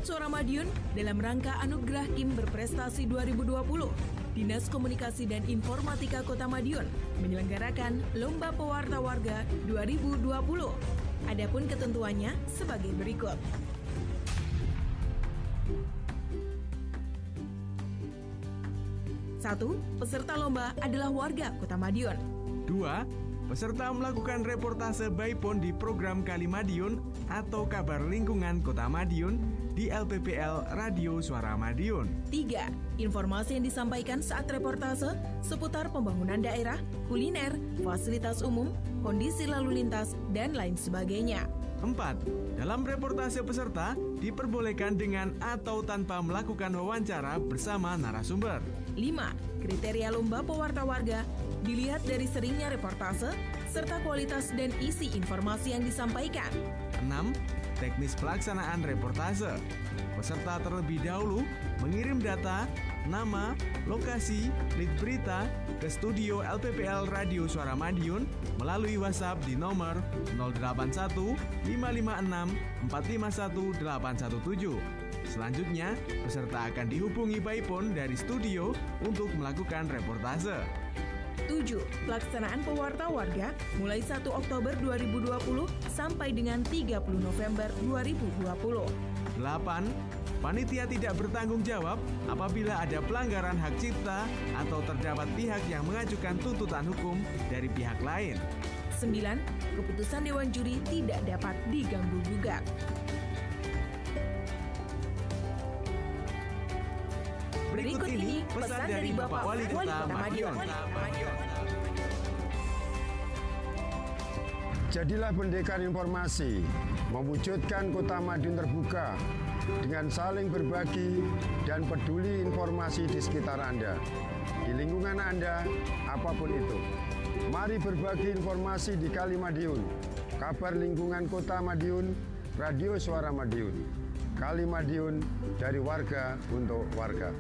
Sahabat Suara Madiun, dalam rangka Anugerah Kim Berprestasi 2020, Dinas Komunikasi dan Informatika Kota Madiun menyelenggarakan Lomba Pewarta Warga 2020. Adapun ketentuannya sebagai berikut. 1. Peserta lomba adalah warga Kota Madiun. 2. Peserta melakukan reportase by phone di program Kali Madiun atau kabar lingkungan Kota Madiun di LPPL Radio Suara Madiun. 3. Informasi yang disampaikan saat reportase seputar pembangunan daerah, kuliner, fasilitas umum, kondisi lalu lintas, dan lain sebagainya. 4. Dalam reportase peserta diperbolehkan dengan atau tanpa melakukan wawancara bersama narasumber. 5. Kriteria lomba pewarta warga dilihat dari seringnya reportase serta kualitas dan isi informasi yang disampaikan. 6. Teknis pelaksanaan reportase. Peserta terlebih dahulu mengirim data, nama, lokasi, lead berita ke studio LPPL Radio Suara Madiun melalui WhatsApp di nomor 081 556 451 817. Selanjutnya, peserta akan dihubungi by phone dari studio untuk melakukan reportase. 7. Pelaksanaan pewarta warga mulai 1 Oktober 2020 sampai dengan 30 November 2020. 8. Panitia tidak bertanggung jawab apabila ada pelanggaran hak cipta atau terdapat pihak yang mengajukan tuntutan hukum dari pihak lain. 9. Keputusan Dewan Juri tidak dapat diganggu-gugat. Berikut ini pesan dari Bapak Wali Kota Madiun. Jadilah pendekar informasi, mewujudkan Kota Madiun terbuka dengan saling berbagi dan peduli informasi di sekitar Anda, di lingkungan Anda, apapun itu. Mari berbagi informasi di Kali Madiun, kabar lingkungan Kota Madiun, Radio Suara Madiun. Kali Madiun, dari warga untuk warga.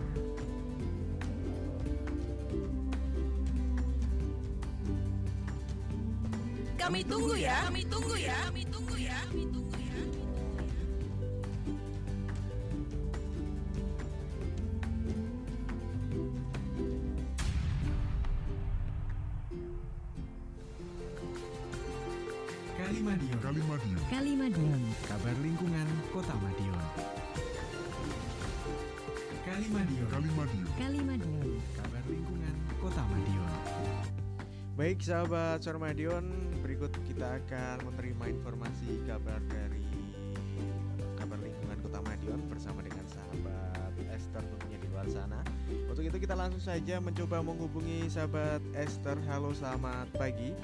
Kami tunggu ya. Kami tunggu ya. Kami tunggu ya. Kami tunggu ya. Kali Madiun. Kali Madiun. Kali Madiun. Kabar lingkungan Kota Madiun. Kali Madiun. Kali Madiun. Kali Madiun. Kabar lingkungan Kota Madiun. Baik sahabat Suara Madiun, berikut kita akan menerima informasi kabar dari kabar lingkungan Kota Madiun bersama dengan sahabat Esther tentunya di luar sana. Untuk itu kita langsung saja mencoba menghubungi sahabat Esther. Halo, selamat pagi.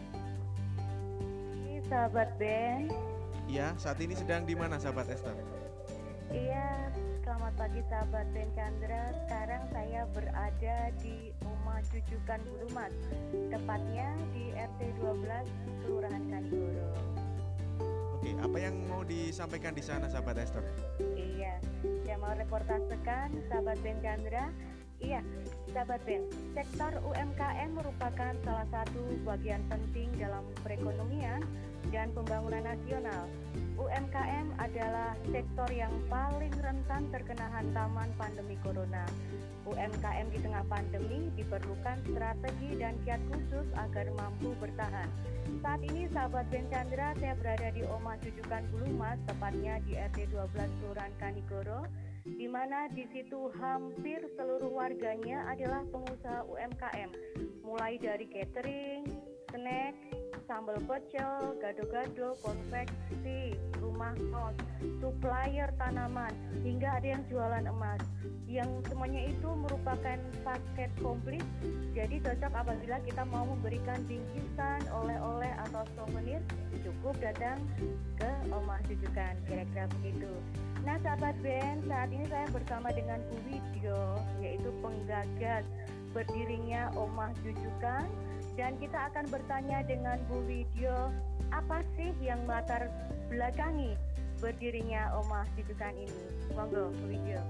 Sahabat Ben. Iya, saat ini sedang di mana sahabat Esther? Iya, selamat pagi sahabat Ben Chandra. Sekarang saya berada di Rumah Jujukan Bulumas, tepatnya di RT 12 Kelurahan Kanigoro. Oke, apa yang mau disampaikan di sana sahabat Esther? Iya, saya mau reportasekan sahabat Ben Chandra. Iya, sahabat Ben, sektor UMKM merupakan salah satu bagian penting dalam perekonomian dan pembangunan nasional. UMKM adalah sektor yang paling rentan terkena hantaman pandemi corona. UMKM di tengah pandemi diperlukan strategi dan kiat khusus agar mampu bertahan. Saat ini sahabat Ben Chandra, saya berada di Omah Jujukan Bulumas, tepatnya di RT 12 Kelurahan Kanigoro, di mana di situ hampir seluruh warganya adalah pengusaha UMKM, mulai dari catering, snack, sambal pecel, gado-gado, konveksi, rumah kos, supplier tanaman, hingga ada yang jualan emas. Yang semuanya itu merupakan paket komplit, jadi cocok apabila kita mau memberikan bingkisan, oleh-oleh atau souvenir, cukup datang ke Omah Jujukan, kira-kira begitu. Nah sahabat Ben, saat ini saya bersama dengan Bu Widyo, yaitu penggagas berdirinya Omah Jujukan. Dan kita akan bertanya dengan Bu Widyo, apa sih yang melatar belakangi berdirinya Omah Jujukan ini? Monggo Bu Widyo.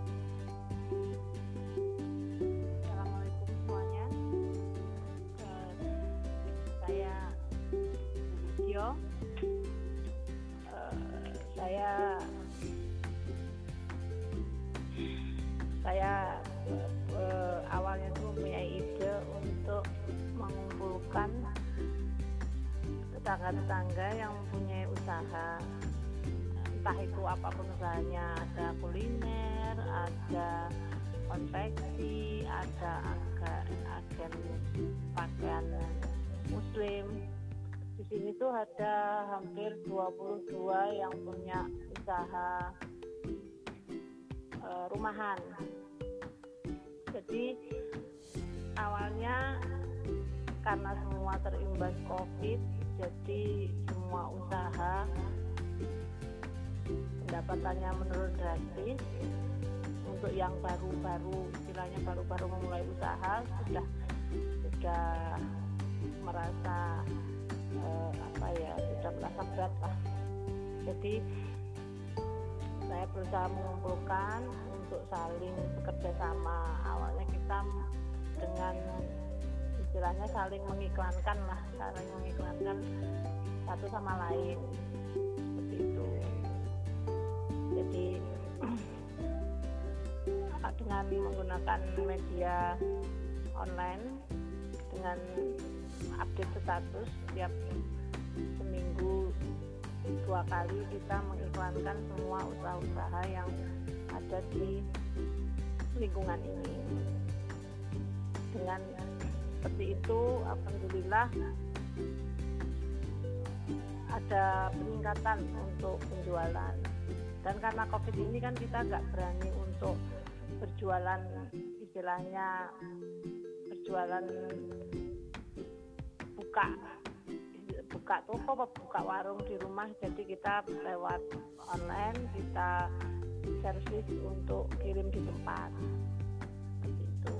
Assalamualaikum semuanya. Saya Bu Widyo. tetangga-tetangga yang mempunyai usaha, entah itu apapun usahanya, ada kuliner, ada konveksi, ada agen pakaian muslim. Di sini tuh ada hampir 22 yang punya usaha rumahan. Jadi awalnya karena semua terimbas COVID, jadi semua usaha pendapatannya menurun drastis. Untuk yang baru-baru, istilahnya baru-baru memulai usaha sudah merasa sudah merasa berat lah. Jadi saya berusaha mengumpulkan untuk saling bekerja sama. Awalnya kita dengan istilahnya saling mengiklankan satu sama lain, seperti itu. Jadi dengan menggunakan media online, dengan update status setiap seminggu 2 kali kita mengiklankan semua usaha-usaha yang ada di lingkungan ini. Dengan seperti itu, alhamdulillah ada peningkatan untuk penjualan. Dan karena COVID ini kan kita nggak berani untuk berjualan, istilahnya berjualan buka toko, buka warung di rumah. Jadi kita lewat online, kita servis untuk kirim di tempat, seperti itu.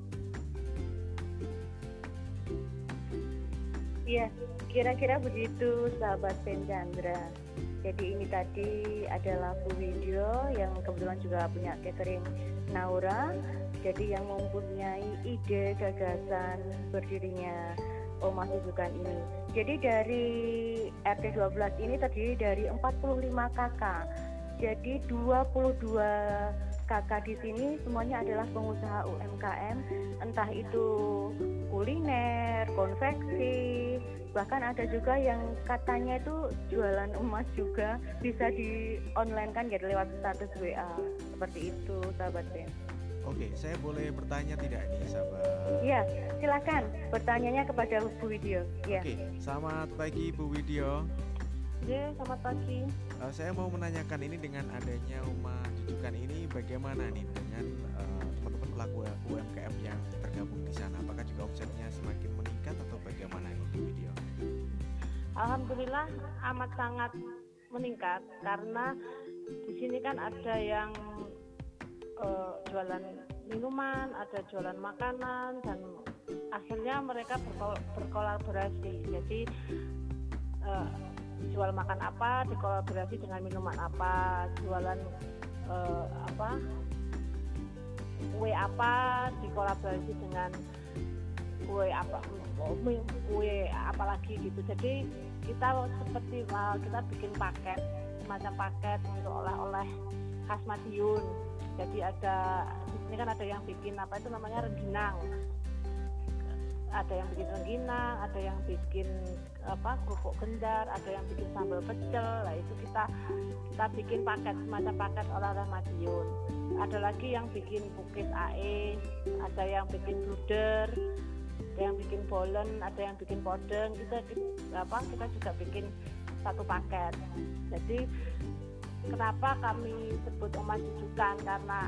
Iya, kira-kira begitu sahabat Pencandra. Jadi ini tadi adalah Bu Widyo yang kebetulan juga punya catering Naura. Jadi yang mempunyai ide gagasan berdirinya Omah Susukan ini. Jadi dari RT 12 ini terdiri dari 45 kakak. Jadi 22 kakak di sini semuanya adalah pengusaha UMKM, entah itu kuliner, konveksi, bahkan ada juga yang katanya itu jualan emas juga, bisa di online kan ya lewat status WA. Seperti itu sahabat Ben. Oke, saya boleh bertanya tidak nih sahabat? Iya, silakan bertanyanya kepada Bu Widyo. Ya. Oke, selamat pagi Bu Widyo. Oke, selamat pagi. Saya mau menanyakan ini, dengan adanya Omah Susukan ini bagaimana nih dengan teman-teman pelaku UMKM yang tergabung di sana? Apakah juga omsetnya semakin meningkat atau bagaimana nih Bu Widyo? Alhamdulillah amat sangat meningkat, karena di sini kan ada yang jualan minuman, ada jualan makanan, dan akhirnya mereka berkolaborasi. Jadi jual makan apa dikolaborasi dengan minuman apa, jualan kue apa dikolaborasi dengan kue apa lagi gitu. Jadi kita seperti kita bikin paket, semacam paket untuk oleh-oleh khas Madiun. Jadi ada di sini kan ada yang bikin apa itu namanya rengginang, ada yang bikin rengginang, ada yang bikin kerupuk gendar, ada yang bikin sambal pecel. Nah itu kita bikin paket, semacam paket oleh-oleh Madiun. Ada lagi yang bikin pukis AE, ada yang bikin bluder, ada yang bikin bolen, ada yang bikin podeng. Kita juga bikin satu paket. Jadi kenapa kami sebut Omah Susukan, karena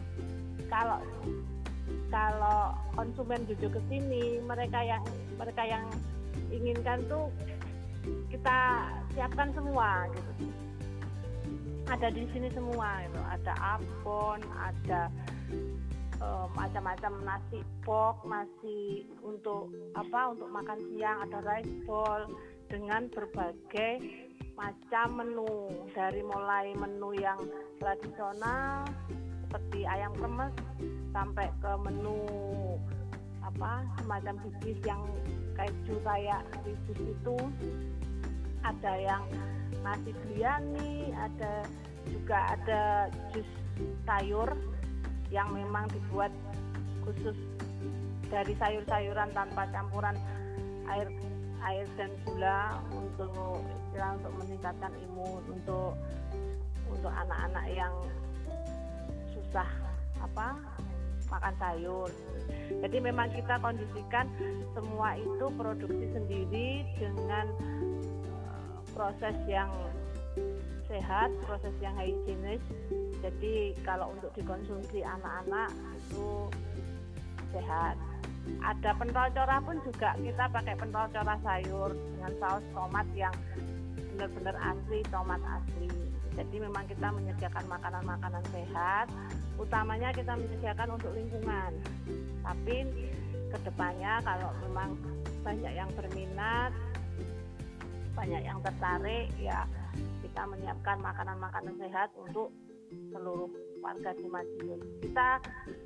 kalau konsumen jujur ke sini, mereka yang inginkan tuh kita siapkan semua gitu. Ada di sini semua gitu. Ada abon, ada macam-macam nasi pok, nasi untuk makan siang, ada rice bowl dengan berbagai macam menu, dari mulai menu yang tradisional seperti ayam kremes sampai ke menu semacam bisnis yang keju kayak bisnis itu. Ada yang nasi biryani, ada jus sayur yang memang dibuat khusus dari sayur-sayuran tanpa campuran air dan gula untuk meningkatkan imun untuk anak-anak yang susah makan sayur. Jadi memang kita kondisikan semua itu produksi sendiri dengan proses yang sehat, proses yang higienis. Jadi kalau untuk dikonsumsi anak-anak itu sehat. Ada pentol corah pun juga kita pakai pentol corah sayur dengan saus tomat yang benar-benar asli, tomat asli. Jadi memang kita menyediakan makanan-makanan sehat. Utamanya kita menyediakan untuk lingkungan. Tapi kedepannya kalau memang banyak yang berminat, banyak yang tertarik, ya kita menyiapkan makanan-makanan sehat untuk seluruh warga di Madiun. Kita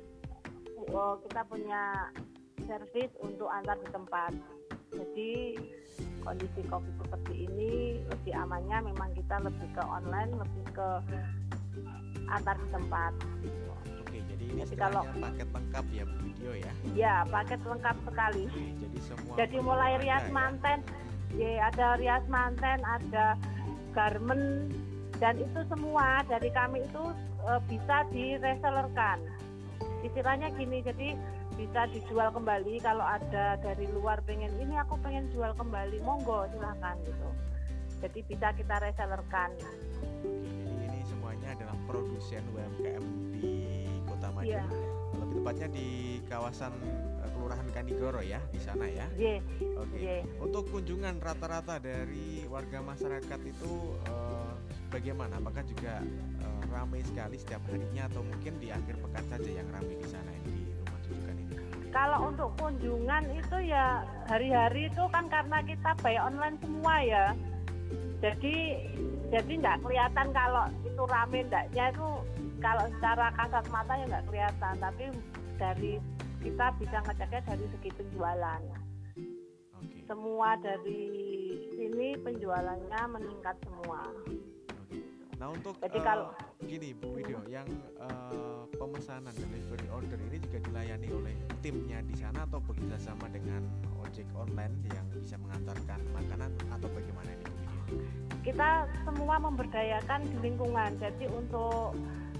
punya servis untuk antar di tempat. Jadi kondisi COVID seperti ini lebih amannya memang kita lebih ke online, lebih ke antar di tempat. Oke, jadi ini istilahnya paket lengkap ya Bu Widyo ya? Iya, paket lengkap sekali. Oke, jadi semua. Jadi mulai rias manten, ada rias manten, ada garment, dan itu semua dari kami itu bisa diresellerkan. Istilahnya gini, jadi bisa dijual kembali. Kalau ada dari luar pengen ini aku pengen jual kembali, monggo silahkan gitu. Jadi bisa kita resellerkan. Jadi ini semuanya adalah produsen UMKM di Kota Madiun. Yeah. Lebih tepatnya di kawasan Kelurahan Kanigoro ya, di sana ya. Yeah. Oke. Yeah. Untuk kunjungan rata-rata dari warga masyarakat itu bagaimana? Apakah juga ramai sekali setiap harinya atau mungkin di akhir pekan saja yang ramai di sana di rumah rujukan ini? Kalau untuk kunjungan itu ya hari-hari itu kan karena kita bayar online semua ya. Jadi nggak kelihatan kalau itu rame enggaknya itu, kalau secara kasat mata ya nggak kelihatan, tapi dari kita bisa ngeceknya dari segi penjualan. Okay. Semua dari sini penjualannya meningkat semua. Okay. Nah untuk jadi kalau gini Bu Widyo, yang pemesanan delivery order ini juga dilayani oleh timnya di sana atau bekerja sama dengan ojek online yang bisa mengantarkan makanan atau bagaimana ini Bu Widyo? Kita semua memberdayakan di lingkungan. Jadi untuk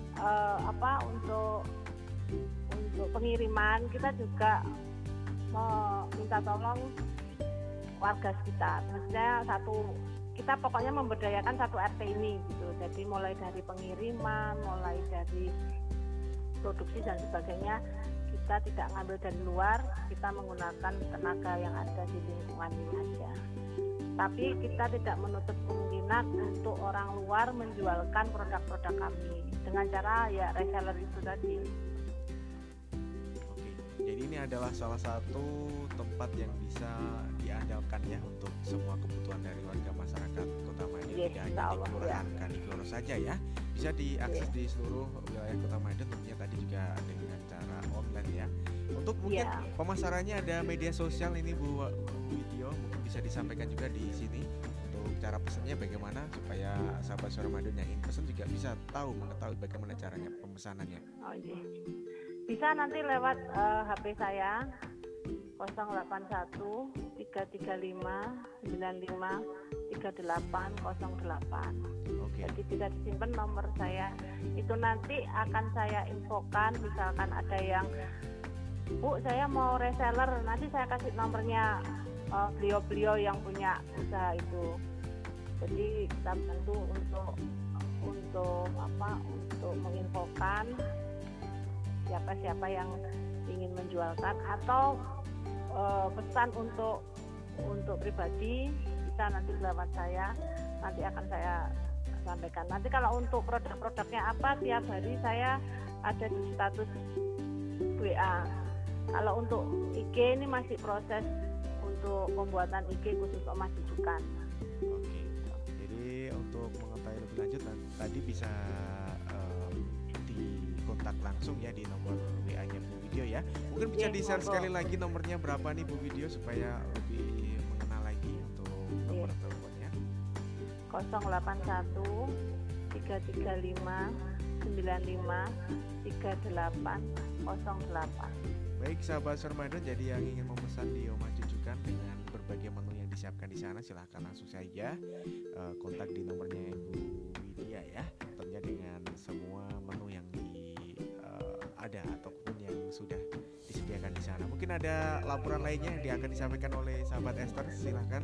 untuk pengiriman kita juga meminta tolong warga sekitar. Maksudnya kita pokoknya memberdayakan satu RT ini gitu. Jadi mulai dari pengiriman, mulai dari produksi dan sebagainya, kita tidak ngambil dari luar, kita menggunakan tenaga yang ada di lingkungan ini aja. Tapi kita tidak menutup kemungkinan untuk orang luar menjualkan produk-produk kami dengan cara ya reseller itu tadi. Oke, jadi ini adalah salah satu tempat yang bisa diandalkan ya untuk semua kebutuhan dari warga masyarakat Kota Madiun, tidak hanya di Kelurahan Kanigoro saja ya, bisa diakses di seluruh wilayah Kota Madiun, tentunya tadi juga dengan cara online ya. Untuk mungkin pemasarannya ada media sosial ini Bu Widyo, mungkin bisa disampaikan juga di sini untuk cara pesannya bagaimana supaya sahabat Suara Madiun yang ingin pesan juga bisa mengetahui bagaimana caranya pemesanannya. Oh iya. Bisa nanti lewat HP saya 081 335 95 3808. Oke. Jadi bisa disimpan nomor saya. Itu nanti akan saya infokan, misalkan ada yang Bu saya mau reseller, nanti saya kasih nomornya beliau-beliau yang punya usaha itu. Jadi kita bantu untuk menginfokan siapa-siapa yang ingin menjualkan atau pesan untuk pribadi, bisa nanti lewat saya, nanti akan saya sampaikan. Nanti kalau untuk produk-produknya apa, tiap hari saya ada di status WA. Kalau untuk IG ini masih proses untuk pembuatan IG khusus Mas Jujukan. Oke, jadi untuk mengetahui lebih lanjut tadi bisa dikontak langsung ya di nomor WA-nya Bu Widyo ya. Mungkin bisa di-share sekali lagi nomornya berapa nih Bu Widyo supaya lebih mengenal lagi untuk nomor teleponnya. 081 335 95 3808. Baik sahabat Suara Madiun, jadi yang ingin memesan di Oma Jujukan dengan berbagai menu yang disiapkan di sana, silahkan langsung saja kontak di nomornya Ibu Widya ya, tentunya dengan semua menu yang ada ataupun yang sudah disediakan di sana. Mungkin ada laporan lainnya yang akan disampaikan oleh sahabat Esther, silahkan.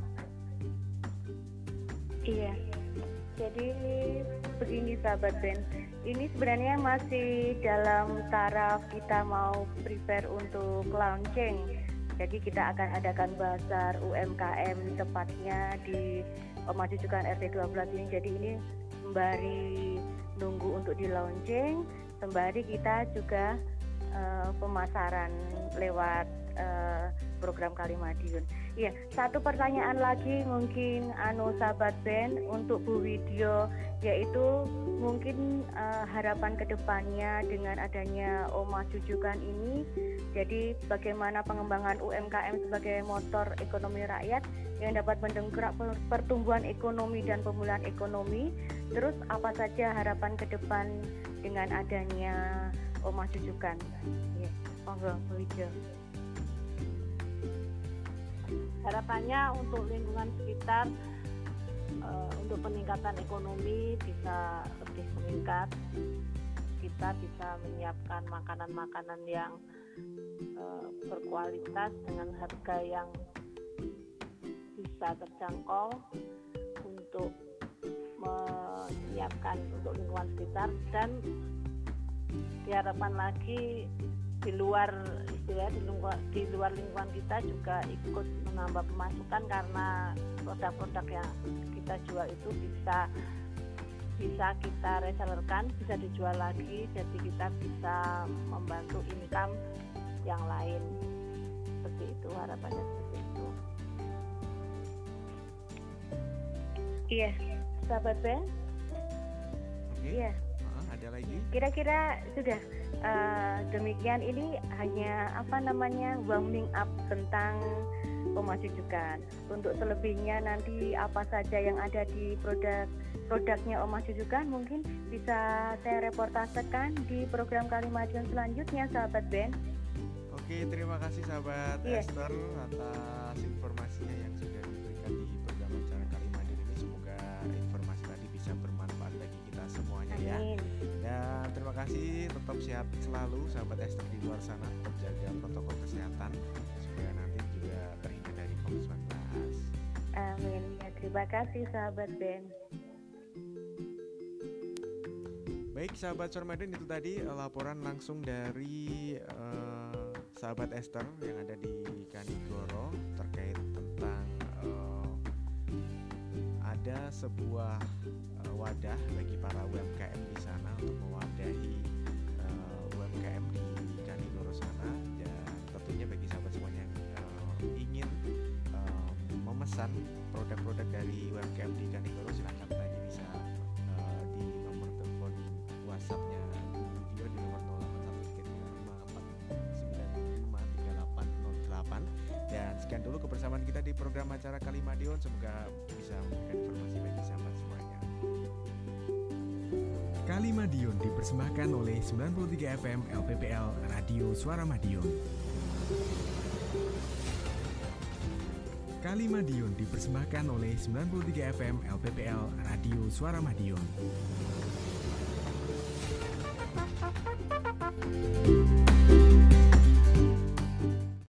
Iya, jadi begini sahabat Ben, ini sebenarnya masih dalam taraf kita mau prepare untuk launching. Jadi kita akan adakan bazar UMKM tepatnya di Maju Cukan RT 12 ini. Jadi ini sembari nunggu untuk di launching, sembari kita juga pemasaran lewat program Kalimadiun. Iya, satu pertanyaan lagi mungkin sahabat Ben untuk Bu Widya, yaitu mungkin harapan kedepannya dengan adanya Maju Cukan ini, jadi bagaimana pengembangan UMKM sebagai motor ekonomi rakyat yang dapat mendongkrak pertumbuhan ekonomi dan pemulihan ekonomi. Terus apa saja harapan ke depan dengan adanya Maju Cukan? Ya, monggo Bu Widya. Harapannya untuk lingkungan sekitar, untuk peningkatan ekonomi bisa lebih meningkat. Kita bisa menyiapkan makanan-makanan yang berkualitas dengan harga yang bisa terjangkau untuk menyiapkan untuk lingkungan sekitar, dan diharapkan lagi di luar lingkungan kita juga ikut menambah pemasukan, karena produk-produk yang kita jual itu bisa kita resellerkan, bisa dijual lagi, jadi kita bisa membantu income yang lain. Seperti itu harapannya, seperti itu. Iya, sahabat Ben. Oke. Iya. Ada lagi? Kira-kira sudah demikian, ini hanya warming up tentang Maju Cukan. Untuk selebihnya nanti apa saja yang ada di produknya Maju Cukan mungkin bisa saya reportasekan di program Kalimadiun selanjutnya, sahabat Ben. Oke, terima kasih sahabat Esther atas informasinya yang sudah diberikan di program acara Kalimadiun ini. Semoga informasi tadi bisa bermanfaat bagi kita semuanya. Amin. Ya. Dan terima kasih, tetap sehat selalu sahabat Esther di luar sana, tetap jaga protokol kesehatan supaya nanti juga terhindar dari COVID-19. Amin. Ya, terima kasih sahabat Ben. Baik sahabat Sormadin, itu tadi laporan langsung dari sahabat Esther yang ada di Kanigoro terkait tentang ada sebuah wadah bagi para UMKM di sana untuk mewadahi UMKM di Kanigoro sana, dan tentunya bagi sahabat semuanya yang ingin memesan produk-produdak dari UMKM di Kanigoro, silakan tadi bisa di nomor telepon WhatsApp-nya video di nomor 0813595808. Dan sekian dulu kebersamaan kita di program acara Kalimadiun, semoga bisa memberikan informasi bagi sahabat semuanya. Kalimadiun dipersembahkan oleh 93 FM LPPL Radio Suara Madiun. Kalimadiun dipersembahkan oleh 93 FM LPPL Radio Suara Madiun.